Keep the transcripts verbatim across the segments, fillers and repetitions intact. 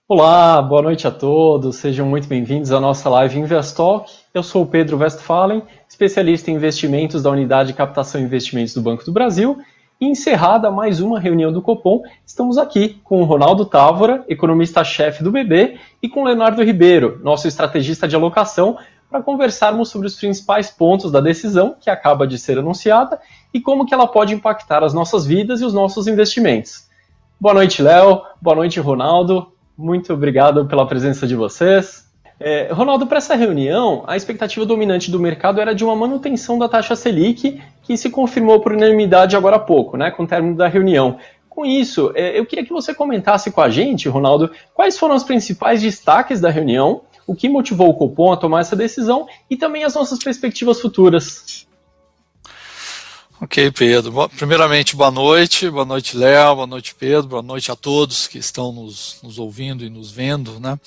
Olá, boa noite a todos, sejam muito bem-vindos à nossa live Investalk. Eu sou o Pedro Westphalen, especialista em investimentos da Unidade de Captação e Investimentos do Banco do Brasil. E encerrada mais uma reunião do Copom, estamos aqui com o Ronaldo Távora, economista-chefe do B B, e com o Leonardo Ribeiro, nosso estrategista de alocação, para conversarmos sobre os principais pontos da decisão que acaba de ser anunciada e como que ela pode impactar as nossas vidas e os nossos investimentos. Boa noite, Léo. Boa noite, Ronaldo. Muito obrigado pela presença de vocês. É, Ronaldo, para essa reunião, a expectativa dominante do mercado era de uma manutenção da taxa Selic, que se confirmou por unanimidade agora há pouco, né, com o término da reunião. Com isso, é, eu queria que você comentasse com a gente, Ronaldo, quais foram os principais destaques da reunião, o que motivou o Copom a tomar essa decisão e também as nossas perspectivas futuras. Ok, Pedro. Bom, primeiramente, boa noite. Boa noite, Léo. Boa noite, Pedro. Boa noite a todos que estão nos, nos ouvindo e nos vendo, né?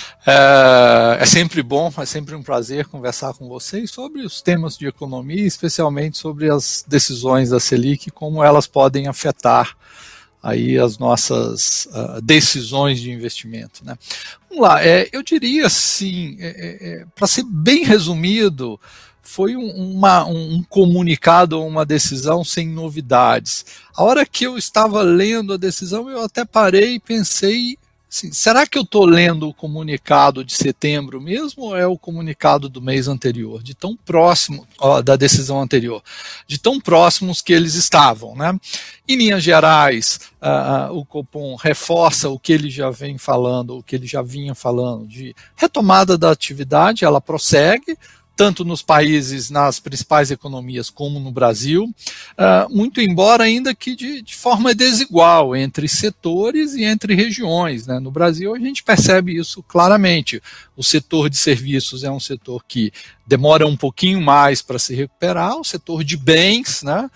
É, é sempre bom, é sempre um prazer conversar com vocês sobre os temas de economia, especialmente sobre as decisões da Selic e como elas podem afetar aí as nossas uh, decisões de investimento, né? Vamos lá, é, eu diria assim, é, é, para ser bem resumido, foi um, uma, um comunicado ou uma decisão sem novidades. A hora que eu estava lendo a decisão, eu até parei e pensei, assim, será que eu estou lendo o comunicado de setembro mesmo ou é o comunicado do mês anterior, de tão próximo, ó, da decisão anterior, de tão próximos que eles estavam, né? Em linhas gerais, uh, o Copom reforça o que ele já vem falando, o que ele já vinha falando de retomada da atividade, ela prossegue, tanto nos países, nas principais economias, como no Brasil, uh, muito embora ainda que de, de forma desigual entre setores e entre regiões, né? No Brasil a gente percebe isso claramente. O setor de serviços é um setor que demora um pouquinho mais para se recuperar, o setor de bens, né,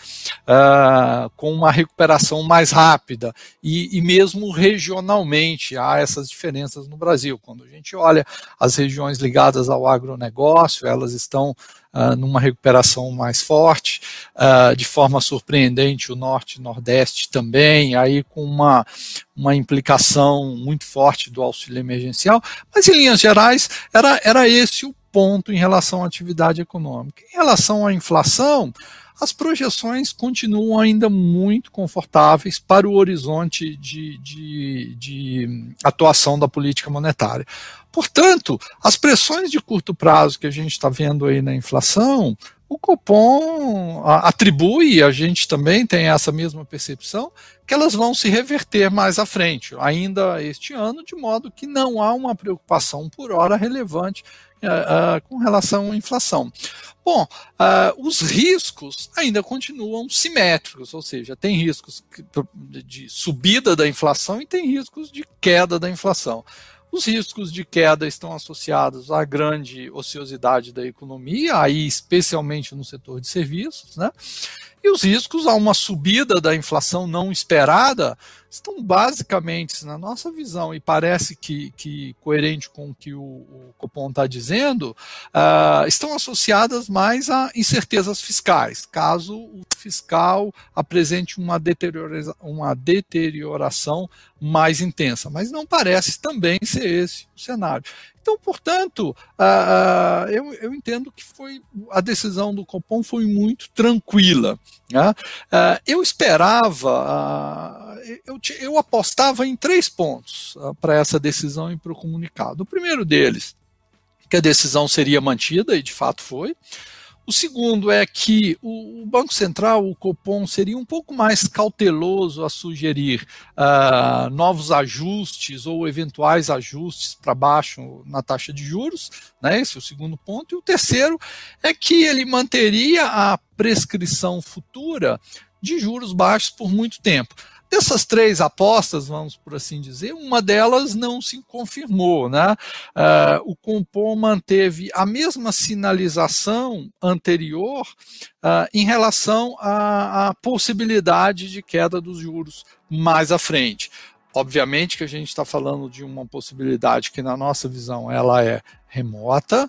uh, com uma recuperação mais rápida, e, e mesmo regionalmente há essas diferenças no Brasil. Quando a gente olha as regiões ligadas ao agronegócio, elas estão uh, numa recuperação mais forte, uh, de forma surpreendente o Norte e Nordeste também, aí com uma, uma implicação muito forte do auxílio emergencial, mas em linhas gerais era, era esse o ponto em relação à atividade econômica. Em relação à inflação, as projeções continuam ainda muito confortáveis para o horizonte de, de, de atuação da política monetária. Portanto, as pressões de curto prazo que a gente está vendo aí na inflação, o Copom atribui, a gente também tem essa mesma percepção, que elas vão se reverter mais à frente, ainda este ano, de modo que não há uma preocupação por hora relevante Uh, uh, com relação à inflação. Bom, uh, os riscos ainda continuam simétricos, ou seja, tem riscos de subida da inflação e tem riscos de queda da inflação. Os riscos de queda estão associados à grande ociosidade da economia, aí especialmente no setor de serviços, né? E os riscos a uma subida da inflação não esperada estão basicamente, na nossa visão, e parece que, que coerente com o que o, o Copom está dizendo, uh, estão associadas mais a incertezas fiscais, caso o fiscal apresente uma, deteriora, uma deterioração mais intensa. Mas não parece também ser esse o cenário. Então, portanto, uh, eu, eu entendo que foi, a decisão do Copom foi muito tranquila, né? Uh, eu esperava, uh, eu, eu apostava em três pontos uh, para essa decisão e para o comunicado. O primeiro deles, que a decisão seria mantida, e de fato foi. O segundo é que o Banco Central, o Copom, seria um pouco mais cauteloso a sugerir uh, novos ajustes ou eventuais ajustes para baixo na taxa de juros, né? Esse é o segundo ponto. E o terceiro é que ele manteria a prescrição futura de juros baixos por muito tempo. Dessas três apostas, vamos por assim dizer, uma delas não se confirmou, né? Uh, o Copom manteve a mesma sinalização anterior uh, em relação à, à possibilidade de queda dos juros mais à frente. Obviamente que a gente está falando de uma possibilidade que, na nossa visão, ela é remota.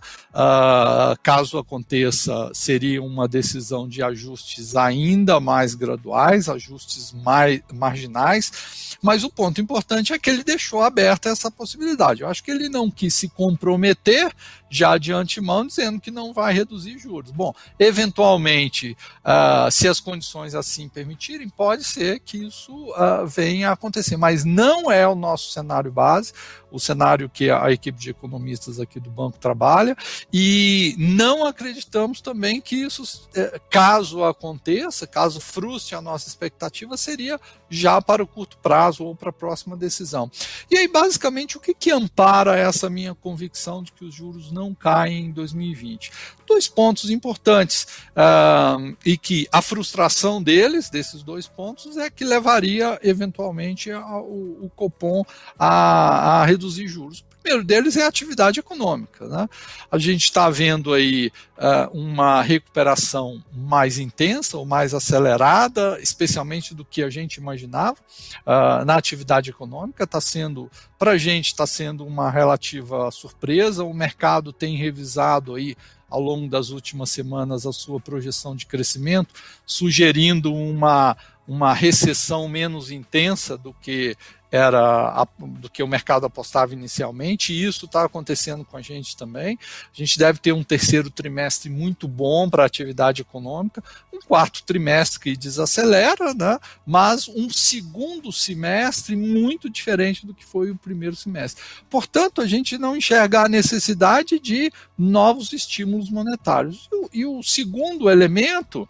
Uh, caso aconteça, seria uma decisão de ajustes ainda mais graduais, ajustes mais marginais, mas o ponto importante é que ele deixou aberta essa possibilidade. Eu acho que ele não quis se comprometer já de antemão, dizendo que não vai reduzir juros. Bom, eventualmente, uh, se as condições assim permitirem, pode ser que isso uh, venha a acontecer, mas não é o nosso cenário base, o cenário que a equipe de economistas aqui do banco trabalha, e não acreditamos também que isso, caso aconteça, caso frustre a nossa expectativa, seria já para o curto prazo ou para a próxima decisão. E aí, basicamente, o que, que ampara essa minha convicção de que os juros não caem em dois mil e vinte? Dois pontos importantes, uh, e que a frustração deles, desses dois pontos, é que levaria, eventualmente, a, o, o Copom a, a reduzir juros. O primeiro deles é a atividade econômica, né? A gente está vendo aí uh, uma recuperação mais intensa ou mais acelerada, especialmente do que a gente imaginava uh, na atividade econômica. Está sendo, para a gente, está sendo uma relativa surpresa. O mercado tem revisado aí ao longo das últimas semanas a sua projeção de crescimento, sugerindo uma, uma recessão menos intensa do que era a, do que o mercado apostava inicialmente, e isso está acontecendo com a gente também. A gente deve ter um terceiro trimestre muito bom para a atividade econômica, um quarto trimestre que desacelera, né, mas um segundo semestre muito diferente do que foi o primeiro semestre. Portanto, a gente não enxerga a necessidade de novos estímulos monetários. E o, e o segundo elemento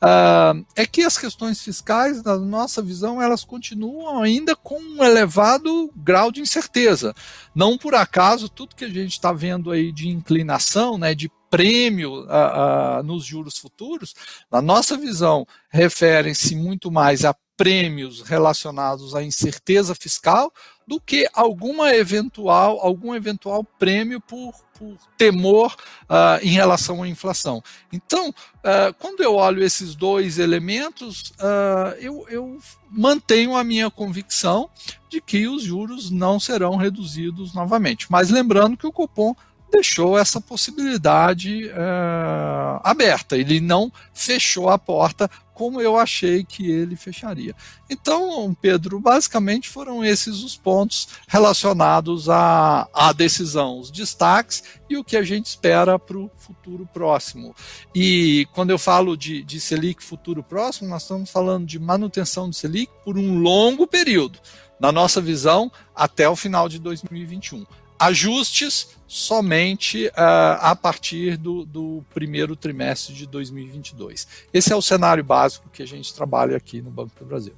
uh, é que as questões fiscais, na nossa visão, elas continuam ainda com um elevado grau de incerteza. Não por acaso, tudo que a gente está vendo aí de inclinação, né, de prêmio uh, uh, nos juros futuros, na nossa visão, referem-se muito mais a prêmios relacionados à incerteza fiscal do que alguma eventual, algum eventual prêmio por, por temor uh, em relação à inflação. Então, uh, quando eu olho esses dois elementos, uh, eu, eu mantenho a minha convicção de que os juros não serão reduzidos novamente. Mas lembrando que o Copom deixou essa possibilidade uh, aberta, ele não fechou a porta como eu achei que ele fecharia. Então, Pedro, basicamente foram esses os pontos relacionados à, à decisão, os destaques e o que a gente espera para o futuro próximo. E quando eu falo de, de Selic futuro próximo, nós estamos falando de manutenção de Selic por um longo período, na nossa visão, até o final de dois mil e vinte e um. Ajustes somente uh, a partir do, do primeiro trimestre de dois mil e vinte e dois. Esse é o cenário básico que a gente trabalha aqui no Banco do Brasil.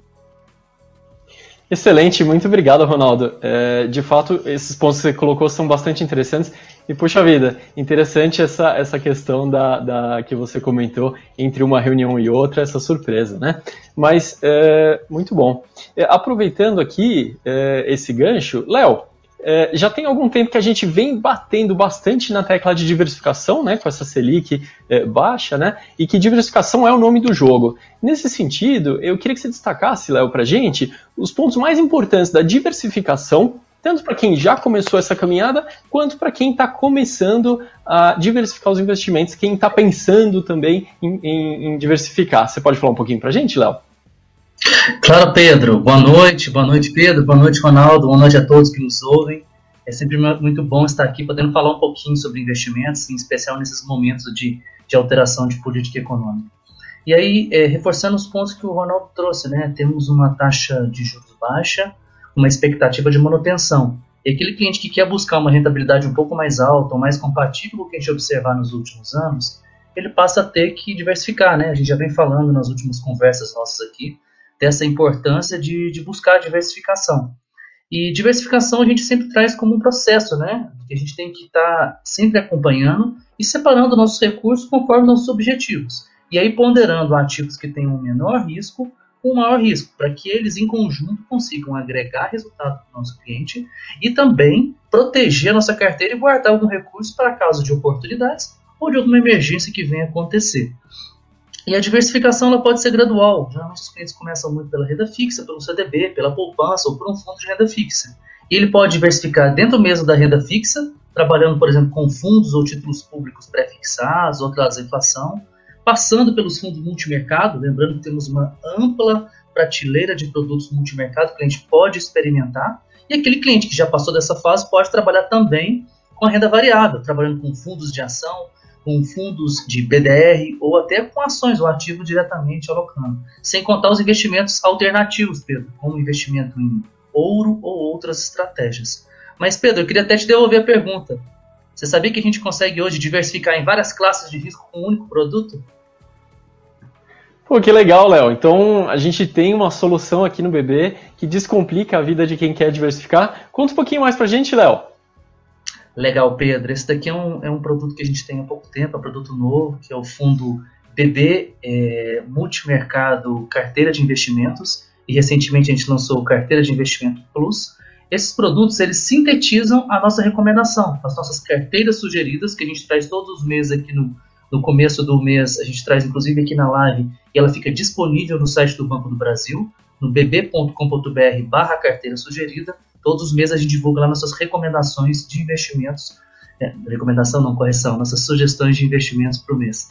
Excelente, muito obrigado, Ronaldo. É, de fato, esses pontos que você colocou são bastante interessantes. E, puxa vida, interessante essa, essa questão da, da, que você comentou entre uma reunião e outra, essa surpresa, né? Mas, é, muito bom. É, aproveitando aqui é, esse gancho, Léo, É, já tem algum tempo que a gente vem batendo bastante na tecla de diversificação, né, com essa Selic é, baixa, né, e que diversificação é o nome do jogo. Nesse sentido, eu queria que você destacasse, Léo, para a gente, os pontos mais importantes da diversificação, tanto para quem já começou essa caminhada, quanto para quem está começando a diversificar os investimentos, quem está pensando também em, em, em diversificar. Você pode falar um pouquinho para a gente, Léo? Claro, Pedro. Boa noite, boa noite, Pedro, boa noite, Ronaldo, boa noite a todos que nos ouvem. É sempre muito bom estar aqui podendo falar um pouquinho sobre investimentos, em especial nesses momentos de, de alteração de política econômica. E aí, é, reforçando os pontos que o Ronaldo trouxe, né? Temos uma taxa de juros baixa, uma expectativa de manutenção. E aquele cliente que quer buscar uma rentabilidade um pouco mais alta, ou mais compatível com o que a gente observar nos últimos anos, ele passa a ter que diversificar, né? A gente já vem falando nas últimas conversas nossas aqui, dessa importância de, de buscar diversificação. E diversificação a gente sempre traz como um processo, né? Que a gente tem que estar tá sempre acompanhando e separando nossos recursos conforme nossos objetivos. E aí ponderando ativos que têm um menor risco com um maior risco, para que eles em conjunto consigam agregar resultado para o nosso cliente e também proteger a nossa carteira e guardar algum recurso para caso de oportunidades ou de alguma emergência que venha acontecer. E a diversificação ela pode ser gradual. Geralmente os clientes começam muito pela renda fixa, pelo C D B, pela poupança ou por um fundo de renda fixa. E ele pode diversificar dentro mesmo da renda fixa, trabalhando, por exemplo, com fundos ou títulos públicos pré-fixados, ou atrás da inflação, passando pelos fundos multimercado, lembrando que temos uma ampla prateleira de produtos multimercado que o cliente pode experimentar, e aquele cliente que já passou dessa fase pode trabalhar também com a renda variável, trabalhando com fundos de ação, com fundos de B D R ou até com ações, o ativo diretamente alocando. Sem contar os investimentos alternativos, Pedro, como investimento em ouro ou outras estratégias. Mas, Pedro, eu queria até te devolver a pergunta. Você sabia que a gente consegue hoje diversificar em várias classes de risco com um único produto? Pô, que legal, Léo. Então, a gente tem uma solução aqui no B B que descomplica a vida de quem quer diversificar. Conta um pouquinho mais pra gente, Léo. Legal, Pedro. Esse daqui é um, é um produto que a gente tem há pouco tempo, é um produto novo, que é o fundo B B é, Multimercado Carteira de Investimentos, e recentemente a gente lançou o Carteira de Investimento Plus. Esses produtos, eles sintetizam a nossa recomendação, as nossas carteiras sugeridas, que a gente traz todos os meses aqui no, no começo do mês, a gente traz inclusive aqui na live, e ela fica disponível no site do Banco do Brasil, no b b ponto com ponto b r barra carteira sugerida. Todos os meses a gente divulga lá nossas recomendações de investimentos, é, recomendação não, correção, nossas sugestões de investimentos por mês.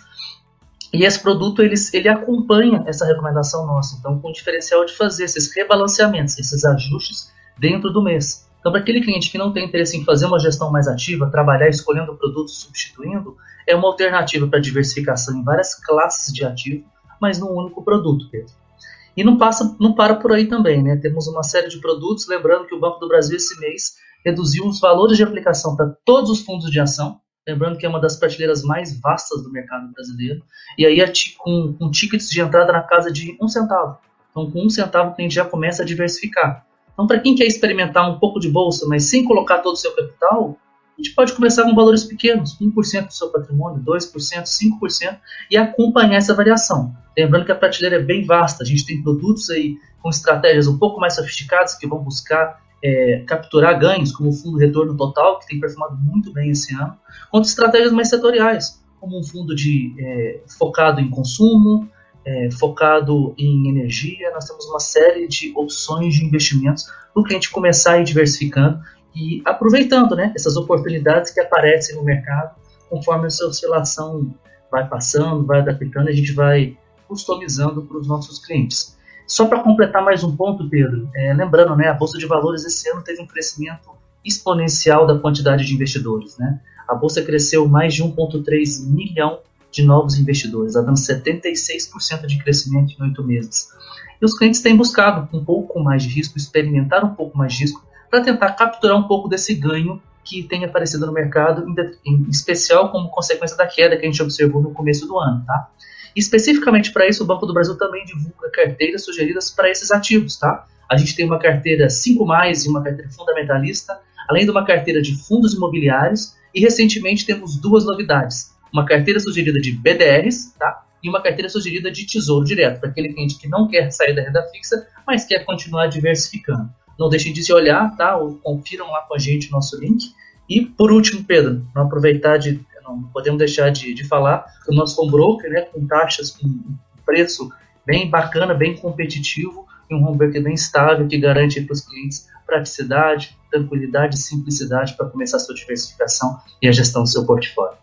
E esse produto, ele, ele acompanha essa recomendação nossa, então com o diferencial de fazer esses rebalanceamentos, esses ajustes dentro do mês. Então, para aquele cliente que não tem interesse em fazer uma gestão mais ativa, trabalhar escolhendo produtos, substituindo, é uma alternativa para diversificação em várias classes de ativo, mas num único produto, Pedro. E não, passa, não para por aí também, né? Temos uma série de produtos, lembrando que o Banco do Brasil esse mês reduziu os valores de aplicação para todos os fundos de ação, lembrando que é uma das prateleiras mais vastas do mercado brasileiro, e aí com, com tickets de entrada na casa de um centavo. Então, com um centavo o cliente já começa a diversificar. Então, para quem quer experimentar um pouco de bolsa, mas sem colocar todo o seu capital, a gente pode começar com valores pequenos, um por cento do seu patrimônio, dois por cento, cinco por cento, e acompanhar essa variação. Lembrando que a prateleira é bem vasta, a gente tem produtos aí com estratégias um pouco mais sofisticadas que vão buscar é, capturar ganhos, como o Fundo Retorno Total, que tem performado muito bem esse ano, quanto estratégias mais setoriais, como um fundo de, é, focado em consumo, É, focado em energia. Nós temos uma série de opções de investimentos para o cliente começar a ir diversificando e aproveitando, né, essas oportunidades que aparecem no mercado conforme a sua oscilação vai passando, vai adaptando, a gente vai customizando para os nossos clientes. Só para completar mais um ponto, Pedro, é, lembrando, né, a Bolsa de Valores esse ano teve um crescimento exponencial da quantidade de investidores, né? A Bolsa cresceu mais de um vírgula três milhão de novos investidores, dando setenta e seis por cento de crescimento em oito meses. E os clientes têm buscado um pouco mais de risco, experimentar um pouco mais de risco, para tentar capturar um pouco desse ganho que tem aparecido no mercado, em especial como consequência da queda que a gente observou no começo do ano. Tá? E especificamente para isso, o Banco do Brasil também divulga carteiras sugeridas para esses ativos. Tá? A gente tem uma carteira cinco mais e uma carteira fundamentalista, além de uma carteira de fundos imobiliários, e recentemente temos duas novidades. Uma carteira sugerida de B D Rs, tá? E uma carteira sugerida de tesouro direto, para aquele cliente que não quer sair da renda fixa, mas quer continuar diversificando. Não deixem de se olhar, tá? Ou confiram lá com a gente o nosso link. E, por último, Pedro, não aproveitar de, não podemos deixar de, de falar que o nosso home broker, né, com taxas, com preço bem bacana, bem competitivo, e um home broker bem estável, que garante para os clientes praticidade, tranquilidade e simplicidade para começar a sua diversificação e a gestão do seu portfólio.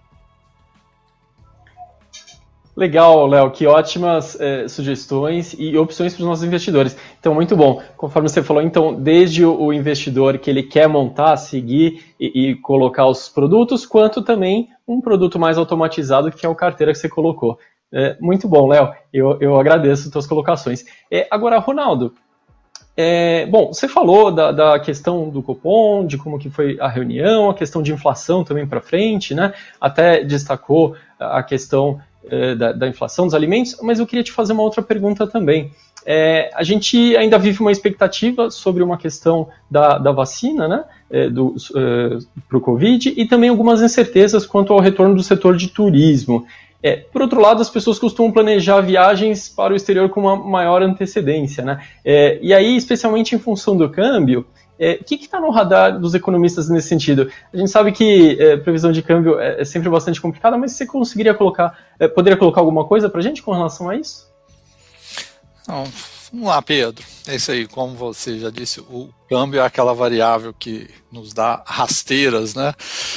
Legal, Léo, que ótimas é, sugestões e opções para os nossos investidores. Então, muito bom. Conforme você falou, então, desde o investidor que ele quer montar, seguir e, e colocar os produtos, quanto também um produto mais automatizado, que é o carteira que você colocou. É, muito bom, Léo. Eu, eu agradeço as suas colocações. É, agora, Ronaldo, é, bom, você falou da, da questão do Copom, de como que foi a reunião, a questão de inflação também para frente, né? Até destacou a questão Da, da inflação dos alimentos, mas eu queria te fazer uma outra pergunta também. É, a gente ainda vive uma expectativa sobre uma questão da, da vacina, né, é, para o Covid, e também algumas incertezas quanto ao retorno do setor de turismo. É, por outro lado, as pessoas costumam planejar viagens para o exterior com uma maior antecedência, né? É, e aí, especialmente em função do câmbio, o é, que está no radar dos economistas nesse sentido? A gente sabe que é, previsão de câmbio é, é sempre bastante complicada, mas você conseguiria colocar, é, poderia colocar alguma coisa para a gente com relação a isso? Não, Vamos lá, Pedro. É isso aí, como você já disse, o câmbio é aquela variável que nos dá rasteiras, né?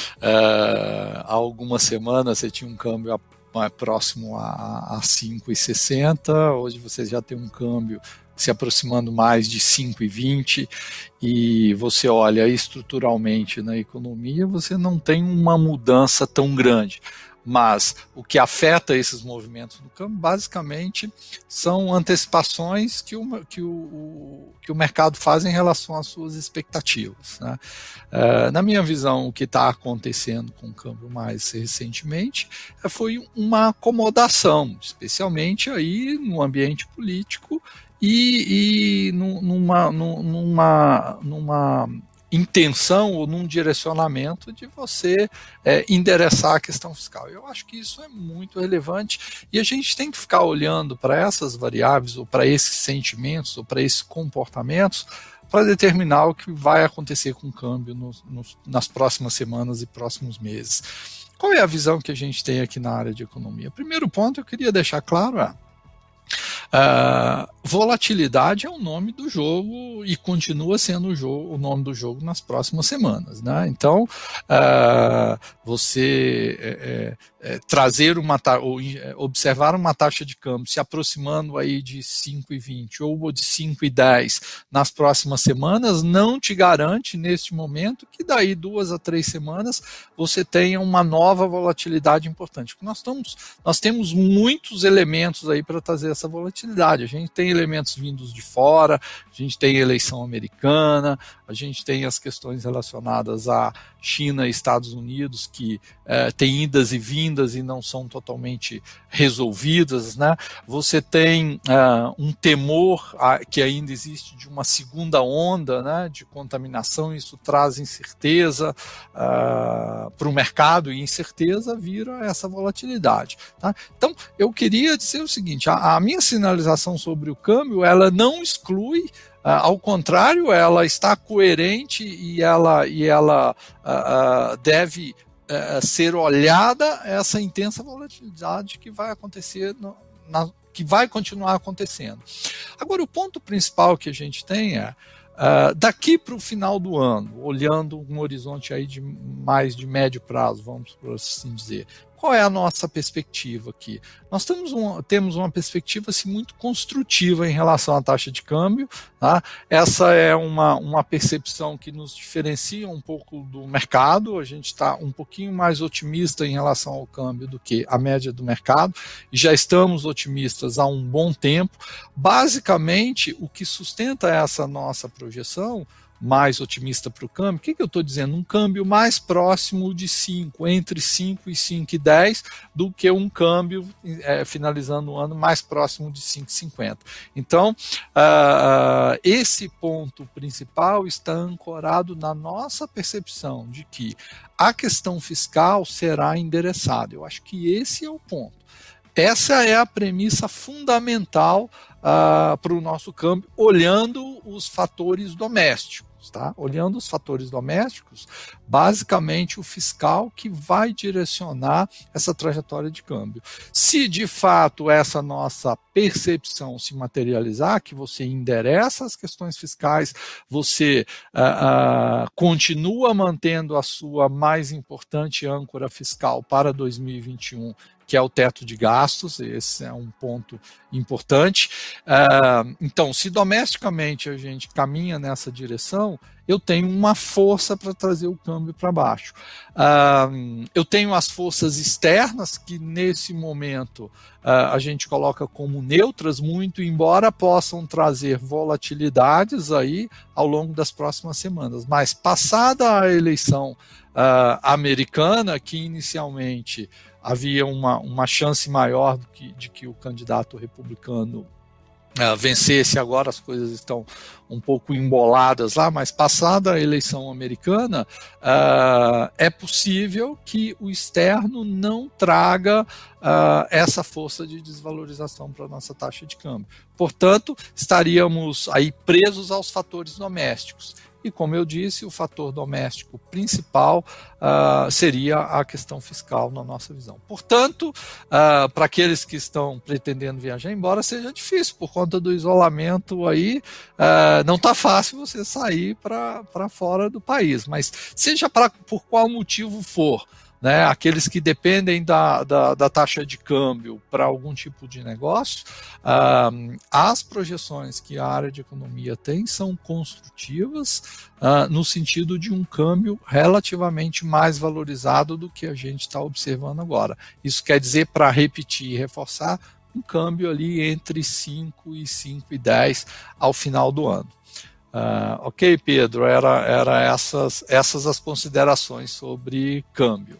É, há algumas semanas você tinha um câmbio próximo a, a cinco e sessenta, hoje você já tem um câmbio se aproximando mais de cinco e vinte, e você olha estruturalmente na economia, você não tem uma mudança tão grande. Mas o que afeta esses movimentos no câmbio, basicamente, são antecipações que o, que o, que o mercado faz em relação às suas expectativas, né? Uh, na minha visão, o que está acontecendo com o câmbio mais recentemente foi uma acomodação, especialmente aí no ambiente político e, e numa, numa, numa intenção ou num direcionamento de você é, endereçar a questão fiscal. Eu acho que isso é muito relevante e a gente tem que ficar olhando para essas variáveis ou para esses sentimentos ou para esses comportamentos para determinar o que vai acontecer com o câmbio no, no, nas próximas semanas e próximos meses. Qual é a visão que a gente tem aqui na área de economia? Primeiro ponto eu queria deixar claro é Uh, volatilidade é o nome do jogo e continua sendo o, jogo, o nome do jogo nas próximas semanas, né? Então, uh, você é, é, trazer uma ou observar uma taxa de câmbio se aproximando aí de cinco e vinte ou de cinco e dez nas próximas semanas não te garante neste momento que daí duas a três semanas você tenha uma nova volatilidade importante. Nós, estamos, nós temos muitos elementos aí para trazer essa volatilidade. A gente tem elementos vindos de fora, a gente tem a eleição americana, a gente tem as questões relacionadas a China e Estados Unidos que eh, têm idas e vindas e não são totalmente resolvidas, né? Você tem uh, um temor uh, que ainda existe de uma segunda onda, né, de contaminação, isso traz incerteza uh, para o mercado e incerteza vira essa volatilidade, tá? Então eu queria dizer o seguinte, a, a minha sinalização sobre o câmbio, ela não exclui, Uh, ao contrário, ela está coerente e ela, e ela uh, uh, deve uh, ser olhada essa intensa volatilidade que vai acontecer, no, na, que vai continuar acontecendo. Agora, o ponto principal que a gente tem é, uh, daqui para o final do ano, olhando um horizonte aí de mais de médio prazo, vamos por assim dizer, qual é a nossa perspectiva aqui? Nós temos, um, temos uma perspectiva assim, muito construtiva em relação à taxa de câmbio, tá? Essa é uma, uma percepção que nos diferencia um pouco do mercado, a gente está um pouquinho mais otimista em relação ao câmbio do que a média do mercado, e já estamos otimistas há um bom tempo. Basicamente, o que sustenta essa nossa projeção mais otimista para o câmbio, o que, que eu estou dizendo? Um câmbio mais próximo de cinco, entre cinco e cinco e dez, do que um câmbio, é, finalizando o ano, mais próximo de cinco e cinquenta. Então, uh, esse ponto principal está ancorado na nossa percepção de que a questão fiscal será endereçada. Eu acho que esse é o ponto. Essa é a premissa fundamental uh, para o nosso câmbio, olhando os fatores domésticos. Tá? Olhando os fatores domésticos, basicamente o fiscal que vai direcionar essa trajetória de câmbio. Se de fato essa nossa percepção se materializar, que você endereça as questões fiscais, você uh, uh, continua mantendo a sua mais importante âncora fiscal para dois mil e vinte e um, que é o teto de gastos, esse é um ponto importante. Uh, então, se domesticamente a gente caminha nessa direção, eu tenho uma força para trazer o câmbio para baixo. Uh, eu tenho as forças externas, que nesse momento uh, a gente coloca como neutras, muito embora possam trazer volatilidades aí ao longo das próximas semanas. Mas passada a eleição uh, americana, que inicialmente havia uma, uma chance maior do que, de que o candidato republicano uh, vencesse, agora as coisas estão um pouco emboladas lá, mas passada a eleição americana, uh, é possível que o externo não traga uh, essa força de desvalorização para a nossa taxa de câmbio. Portanto, estaríamos aí presos aos fatores domésticos. e, como eu disse, o fator doméstico principal uh, seria a questão fiscal na nossa visão. Portanto, uh, para aqueles que estão pretendendo viajar, embora seja difícil por conta do isolamento aí, uh, não está fácil você sair para fora do país, mas seja pra, por qual motivo for, né, aqueles que dependem da, da, da taxa de câmbio para algum tipo de negócio, uh, as projeções que a área de economia tem são construtivas uh, no sentido de um câmbio relativamente mais valorizado do que a gente está observando agora. Isso quer dizer, para repetir e reforçar, um câmbio ali entre cinco e cinco e dez ao final do ano. Uh, ok, Pedro, era, era essas, essas as considerações sobre câmbio.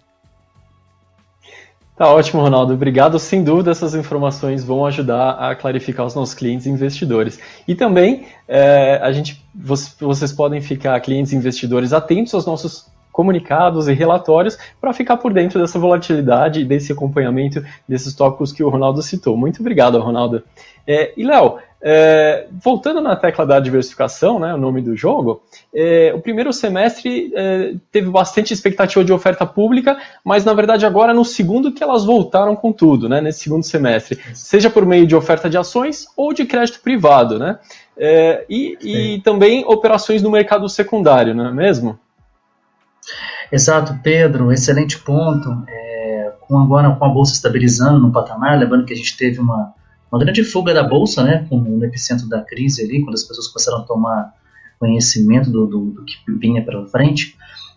Tá ótimo, Ronaldo. Obrigado. Sem dúvida, essas informações vão ajudar a clarificar os nossos clientes e investidores. E também, é, a gente, vocês podem ficar, clientes e investidores, atentos aos nossos comunicados e relatórios para ficar por dentro dessa volatilidade e desse acompanhamento desses tópicos que o Ronaldo citou. Muito obrigado, Ronaldo. É, e, Léo, é, voltando na tecla da diversificação, né, o nome do jogo, é, o primeiro semestre é, teve bastante expectativa de oferta pública, mas, na verdade, agora no segundo que elas voltaram com tudo, né, nesse segundo semestre, seja por meio de oferta de ações ou de crédito privado, né, é, e, e também operações no mercado secundário, não é mesmo? Exato, Pedro, excelente ponto. É, com agora com a Bolsa estabilizando no patamar, lembrando que a gente teve uma, uma grande fuga da Bolsa, né, no epicentro da crise ali, quando as pessoas começaram a tomar conhecimento do, do, do que vinha pela frente,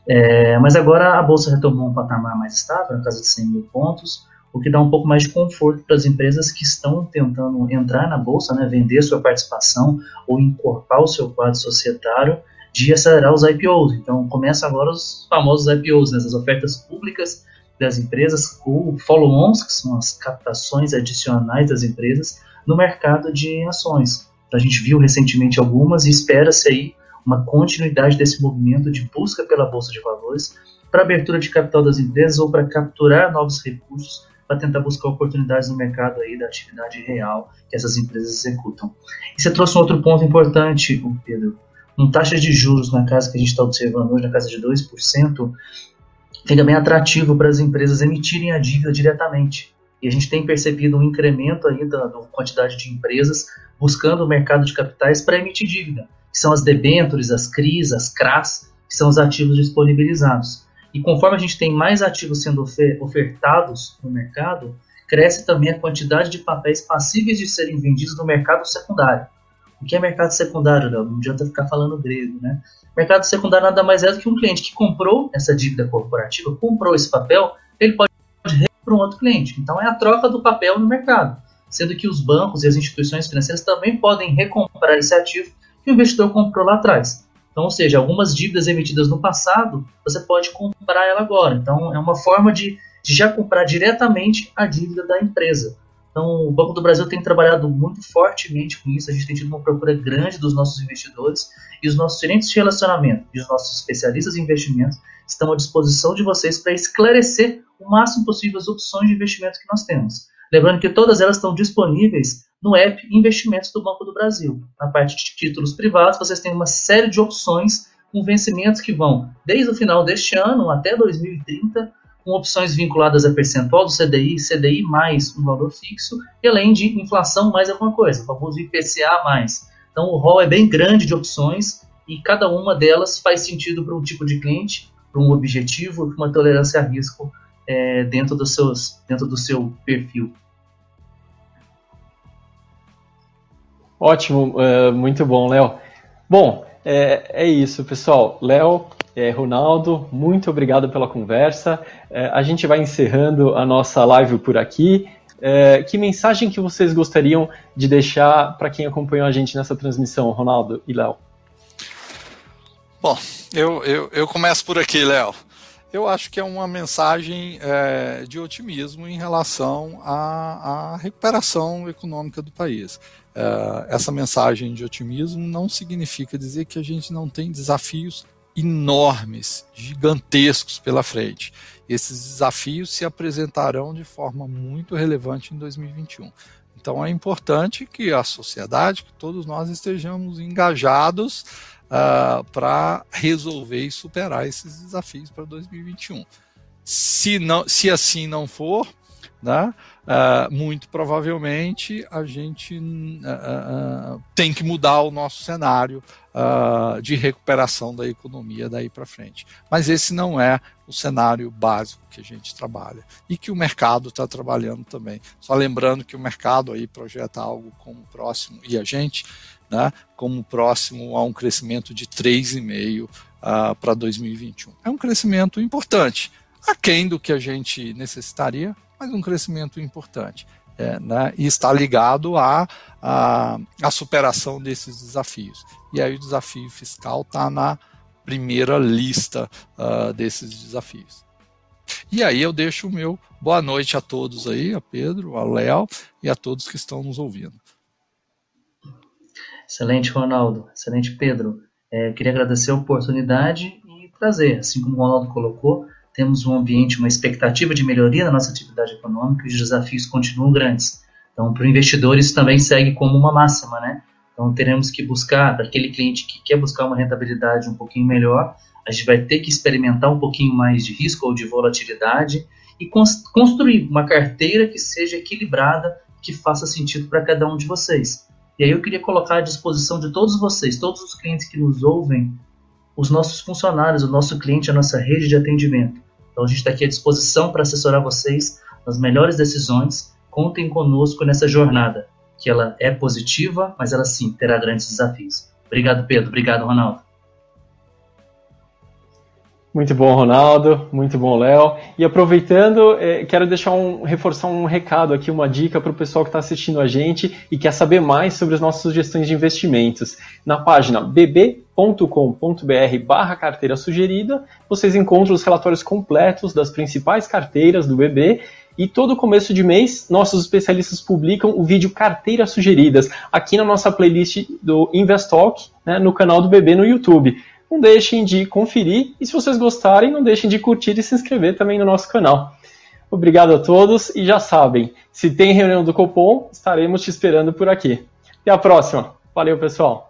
é, mas agora a Bolsa retomou um patamar mais estável, na casa de cem mil pontos, o que dá um pouco mais de conforto para as empresas que estão tentando entrar na Bolsa, né, vender sua participação ou incorporar o seu quadro societário, de acelerar os I P Os. Então, começam agora os famosos I P Os, né, as ofertas públicas das empresas, ou follow-ons, que são as captações adicionais das empresas no mercado de ações. Então, a gente viu recentemente algumas e espera-se aí uma continuidade desse movimento de busca pela Bolsa de Valores para abertura de capital das empresas ou para capturar novos recursos para tentar buscar oportunidades no mercado aí da atividade real que essas empresas executam. E você trouxe um outro ponto importante, Pedro. Com taxa de juros na casa que a gente está observando hoje, na casa de dois por cento, fica bem atrativo para as empresas emitirem a dívida diretamente. E a gente tem percebido um incremento aí da, da quantidade de empresas buscando o mercado de capitais para emitir dívida, que são as debêntures, as C R Is, as C R As, que são os ativos disponibilizados. E conforme a gente tem mais ativos sendo ofer- ofertados no mercado, cresce também a quantidade de papéis passíveis de serem vendidos no mercado secundário. O que é mercado secundário, Léo? Não adianta ficar falando grego, né? Mercado secundário nada mais é do que um cliente que comprou essa dívida corporativa, comprou esse papel, ele pode rever para um outro cliente. Então é a troca do papel no mercado, sendo que os bancos e as instituições financeiras também podem recomprar esse ativo que o investidor comprou lá atrás. Então, ou seja, algumas dívidas emitidas no passado, você pode comprar ela agora. Então é uma forma de, de já comprar diretamente a dívida da empresa. Então, o Banco do Brasil tem trabalhado muito fortemente com isso, a gente tem tido uma procura grande dos nossos investidores e os nossos gerentes de relacionamento e os nossos especialistas em investimentos estão à disposição de vocês para esclarecer o máximo possível as opções de investimento que nós temos. Lembrando que todas elas estão disponíveis no app Investimentos do Banco do Brasil. Na parte de títulos privados, vocês têm uma série de opções com vencimentos que vão desde o final deste ano até dois mil e trinta, com opções vinculadas a percentual do C D I, C D I mais um valor fixo, e além de inflação mais alguma coisa, o famoso I P C A mais. Então o rol é bem grande de opções e cada uma delas faz sentido para um tipo de cliente, para um objetivo, para uma tolerância a risco é, dentro, dos seus, dentro do seu perfil. Ótimo, uh, muito bom, Léo. Bom, é, é isso, pessoal. Léo, É, Ronaldo, muito obrigado pela conversa. É, a gente vai encerrando a nossa live por aqui. É, que mensagem que vocês gostariam de deixar para quem acompanhou a gente nessa transmissão, Ronaldo e Léo? Bom, eu, eu, eu começo por aqui, Léo. Eu acho que é uma mensagem é, de otimismo em relação à, à recuperação econômica do país. É, essa mensagem de otimismo não significa dizer que a gente não tem desafios enormes, gigantescos pela frente. Esses desafios se apresentarão de forma muito relevante em dois mil e vinte e um. Então é importante que a sociedade, que todos nós estejamos engajados uh, para resolver e superar esses desafios para dois mil e vinte e um. Se, não, se assim não for, né, uh, muito provavelmente a gente uh, uh, tem que mudar o nosso cenário uh, de recuperação da economia daí para frente. Mas esse não é o cenário básico que a gente trabalha e que o mercado está trabalhando também. Só lembrando que o mercado aí projeta algo como próximo, e a gente, né, como próximo a um crescimento de três vírgula cinco por cento uh, para dois mil e vinte e um. É um crescimento importante, aquém do que a gente necessitaria, mas um crescimento importante. É, né, e está ligado à a, a, a superação desses desafios. E aí o desafio fiscal está na primeira lista uh, desses desafios. E aí eu deixo o meu boa noite a todos aí, a Pedro, a Léo e a todos que estão nos ouvindo. Excelente, Ronaldo. Excelente, Pedro. É, queria agradecer a oportunidade e trazer, assim como o Ronaldo colocou, temos um ambiente, uma expectativa de melhoria na nossa atividade econômica e os desafios continuam grandes. Então, para o investidor, isso também segue como uma máxima, né? Então, teremos que buscar, para aquele cliente que quer buscar uma rentabilidade um pouquinho melhor, a gente vai ter que experimentar um pouquinho mais de risco ou de volatilidade e construir uma carteira que seja equilibrada, que faça sentido para cada um de vocês. E aí eu queria colocar à disposição de todos vocês, todos os clientes que nos ouvem, os nossos funcionários, o nosso cliente, a nossa rede de atendimento. Então a gente está aqui à disposição para assessorar vocês nas melhores decisões. Contem conosco nessa jornada, que ela é positiva, mas ela sim terá grandes desafios. Obrigado, Pedro. Obrigado, Ronaldo. Muito bom, Ronaldo. Muito bom, Léo. E aproveitando, eh, quero deixar um, reforçar um recado aqui, uma dica para o pessoal que está assistindo a gente e quer saber mais sobre as nossas sugestões de investimentos. Na página b b ponto com ponto b r barra carteira sugerida, vocês encontram os relatórios completos das principais carteiras do B B e todo começo de mês, nossos especialistas publicam o vídeo Carteiras Sugeridas aqui na nossa playlist do Investalk, né, no canal do B B no YouTube. Não deixem de conferir e se vocês gostarem, não deixem de curtir e se inscrever também no nosso canal. Obrigado a todos e já sabem, se tem reunião do Copom, estaremos te esperando por aqui. Até a próxima. Valeu, pessoal.